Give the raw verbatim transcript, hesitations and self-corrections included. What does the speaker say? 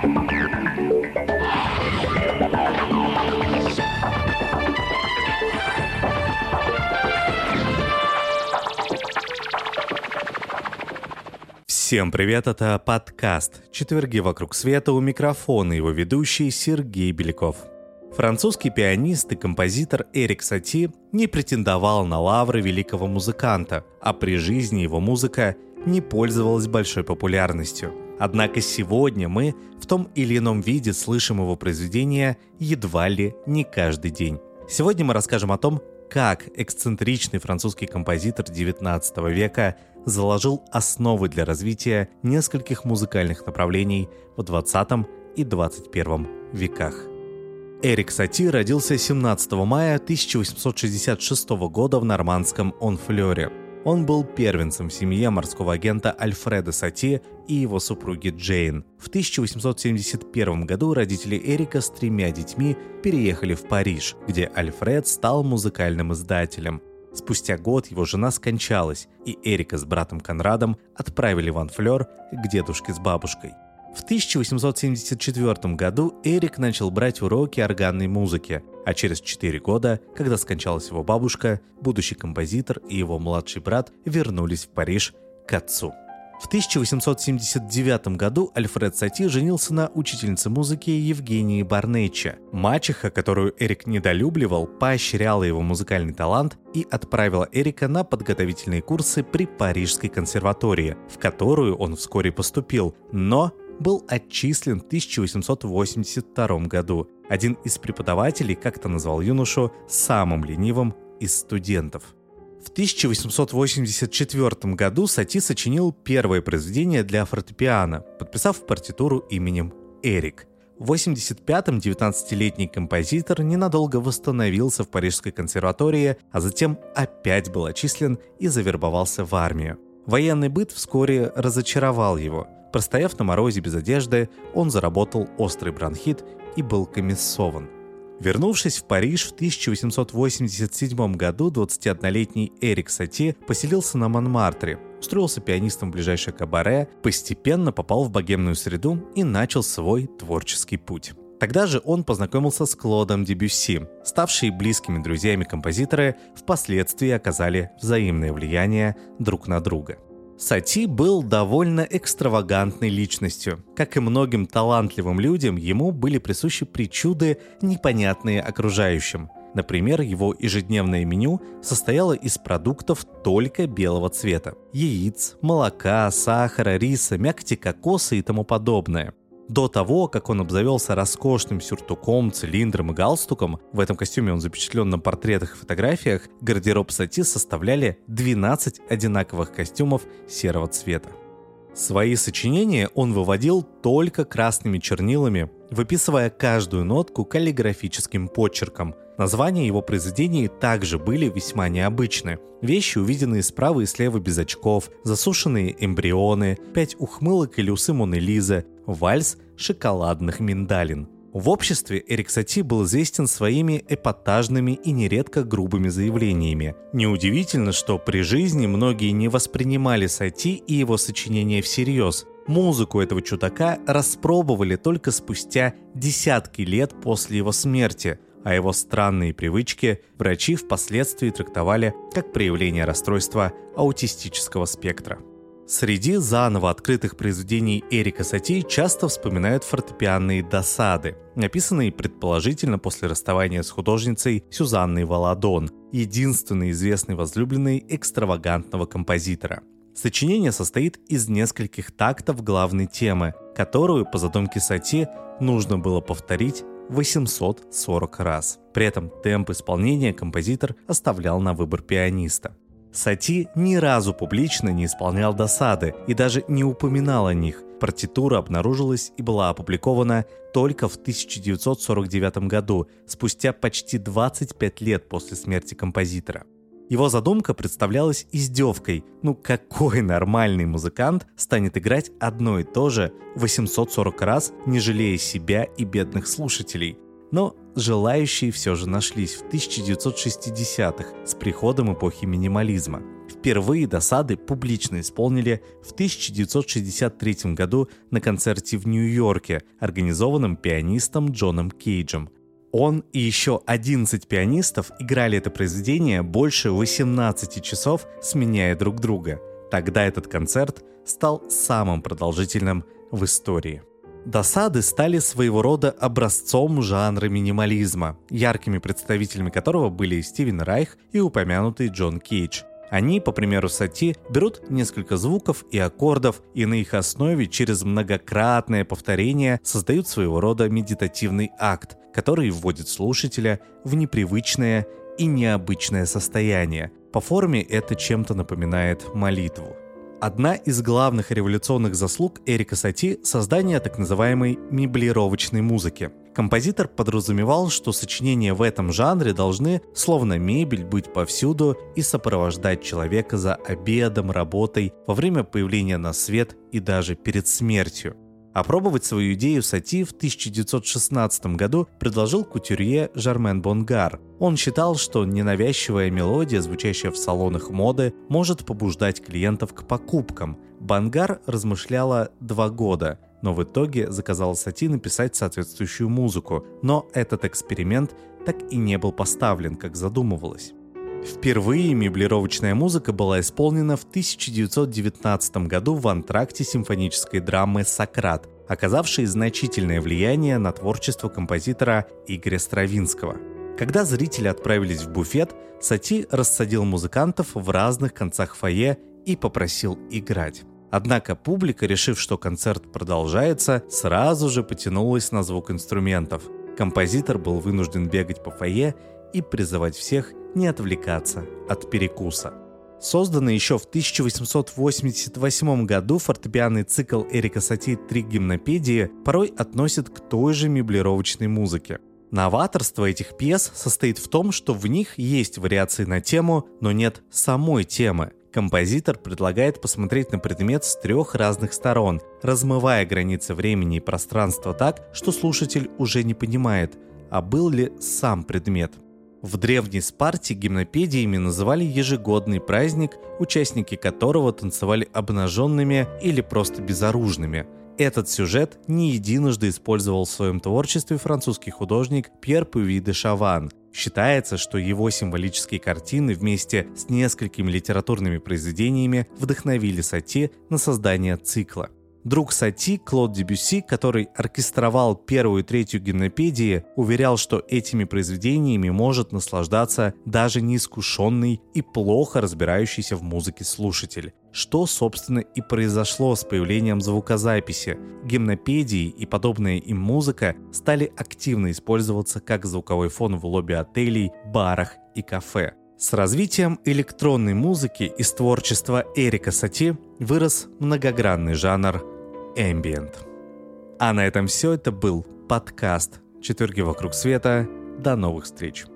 Всем привет, это подкаст «Четверги вокруг света», у микрофона его ведущий Сергей Беляков. Французский пианист и композитор Эрик Сати не претендовал на лавры великого музыканта, а при жизни его музыка не пользовалась большой популярностью. Однако сегодня мы в том или ином виде слышим его произведения едва ли не каждый день. Сегодня мы расскажем о том, как эксцентричный французский композитор девятнадцатого века заложил основы для развития нескольких музыкальных направлений в двадцатом и двадцать первом веках. Эрик Сати родился семнадцатого мая тысяча восемьсот шестьдесят шестого года в нормандском Онфлёре. Он был первенцем в семье морского агента Альфреда Сати и его супруги Джейн. В тысяча восемьсот семьдесят первом году родители Эрика с тремя детьми переехали в Париж, где Альфред стал музыкальным издателем. Спустя год его жена скончалась, и Эрика с братом Конрадом отправили в Онфлёр к дедушке с бабушкой. В тысяча восемьсот семьдесят четвёртом году Эрик начал брать уроки органной музыки, а через четыре года, когда скончалась его бабушка, будущий композитор и его младший брат вернулись в Париж к отцу. В тысяча восемьсот семьдесят девятом году Альфред Сати женился на учительнице музыки Евгении Барнеччи. Мачеха, которую Эрик недолюбливал, поощряла его музыкальный талант и отправила Эрика на подготовительные курсы при Парижской консерватории, в которую он вскоре поступил, но был отчислен в тысяча восемьсот восемьдесят втором году. Один из преподавателей как-то назвал юношу самым ленивым из студентов. В тысяча восемьсот восемьдесят четвёртом году Сати сочинил первое произведение для фортепиано, подписав партитуру именем Эрик. В восемьдесят пятом девятнадцатилетний композитор ненадолго восстановился в Парижской консерватории, а затем опять был отчислен и завербовался в армию. Военный быт вскоре разочаровал его. Простояв на морозе без одежды, он заработал острый бронхит и был комиссован. Вернувшись в Париж в тысяча восемьсот восемьдесят седьмом году, двадцатиоднолетний Эрик Сати поселился на Монмартре, устроился пианистом в ближайшее кабаре, постепенно попал в богемную среду и начал свой творческий путь. Тогда же он познакомился с Клодом Дебюсси. Ставшие близкими друзьями композиторы впоследствии оказали взаимное влияние друг на друга. Сати был довольно экстравагантной личностью. Как и многим талантливым людям, ему были присущи причуды, непонятные окружающим. Например, его ежедневное меню состояло из продуктов только белого цвета: яиц, молока, сахара, риса, мякоти кокоса и тому подобное. До того, как он обзавелся роскошным сюртуком, цилиндром и галстуком, в этом костюме он запечатлен на портретах и фотографиях, гардероб Сати составляли двенадцать одинаковых костюмов серого цвета. Свои сочинения он выводил только красными чернилами, выписывая каждую нотку каллиграфическим почерком. Названия его произведений также были весьма необычны. Вещи, увиденные справа и слева без очков, засушенные эмбрионы, пять ухмылок или усы Моны Лизы, вальс шоколадных миндалин. В обществе Эрик Сати был известен своими эпатажными и нередко грубыми заявлениями. Неудивительно, что при жизни многие не воспринимали Сати и его сочинения всерьез. Музыку этого чудака распробовали только спустя десятки лет после его смерти, а его странные привычки врачи впоследствии трактовали как проявление расстройства аутистического спектра. Среди заново открытых произведений Эрика Сати часто вспоминают фортепианные досады, написанные предположительно после расставания с художницей Сюзанной Валадон, единственной известной возлюбленной экстравагантного композитора. Сочинение состоит из нескольких тактов главной темы, которую, по задумке Сати, нужно было повторить восемьсот сорок раз. При этом темп исполнения композитор оставлял на выбор пианиста. Сати ни разу публично не исполнял досады и даже не упоминал о них. Партитура обнаружилась и была опубликована только в тысяча девятьсот сорок девятом году, спустя почти двадцать пять лет после смерти композитора. Его задумка представлялась издевкой. Ну какой нормальный музыкант станет играть одно и то же восемьсот сорок раз, не жалея себя и бедных слушателей? Но желающие все же нашлись в тысяча девятьсот шестидесятых с приходом эпохи минимализма. Впервые досады публично исполнили в тысяча девятьсот шестьдесят третьем году на концерте в Нью-Йорке, организованном пианистом Джоном Кейджем. Он и еще одиннадцать пианистов играли это произведение больше восемнадцати часов, сменяя друг друга. Тогда этот концерт стал самым продолжительным в истории. Досады стали своего рода образцом жанра минимализма, яркими представителями которого были Стивен Райх и упомянутый Джон Кейдж. Они, по примеру Сати, берут несколько звуков и аккордов и на их основе через многократное повторение создают своего рода медитативный акт, который вводит слушателя в непривычное и необычное состояние. По форме это чем-то напоминает молитву. Одна из главных революционных заслуг Эрика Сати – создание так называемой меблировочной музыки. Композитор подразумевал, что сочинения в этом жанре должны, словно мебель, быть повсюду и сопровождать человека за обедом, работой, во время появления на свет и даже перед смертью. Опробовать свою идею Сати в тысяча девятьсот шестнадцатом году предложил кутюрье Жармен Бонгар. Он считал, что ненавязчивая мелодия, звучащая в салонах моды, может побуждать клиентов к покупкам. Бонгар размышляла два года, но в итоге заказала Сати написать соответствующую музыку. Но этот эксперимент так и не был поставлен, как задумывалось. Впервые меблировочная музыка была исполнена в тысяча девятьсот девятнадцатом году в антракте симфонической драмы «Сократ», оказавшей значительное влияние на творчество композитора Игоря Стравинского. Когда зрители отправились в буфет, Сати рассадил музыкантов в разных концах фойе и попросил играть. Однако публика, решив, что концерт продолжается, сразу же потянулась на звук инструментов. Композитор был вынужден бегать по фойе и призывать всех не отвлекаться от перекуса. Созданный еще в тысяча восемьсот восемьдесят восьмом году фортепианный цикл Эрика Сати «Три гимнопедии» порой относят к той же меблировочной музыке. Новаторство этих пьес состоит в том, что в них есть вариации на тему, но нет самой темы. Композитор предлагает посмотреть на предмет с трех разных сторон, размывая границы времени и пространства так, что слушатель уже не понимает, а был ли сам предмет. В древней Спарте гимнопедиями называли ежегодный праздник, участники которого танцевали обнаженными или просто безоружными. Этот сюжет не единожды использовал в своем творчестве французский художник Пьер Пюви де Шаван. Считается, что его символические картины вместе с несколькими литературными произведениями вдохновили Сати на создание цикла. Друг Сати, Клод Дебюсси, который оркестровал первую и третью гимнопедии, уверял, что этими произведениями может наслаждаться даже неискушенный и плохо разбирающийся в музыке слушатель. Что, собственно, и произошло с появлением звукозаписи. Гимнопедии и подобная им музыка стали активно использоваться как звуковой фон в лобби отелей, барах и кафе. С развитием электронной музыки из творчества Эрика Сати вырос многогранный жанр ambient. А на этом все. Это был подкаст «Четверги вокруг света». До новых встреч!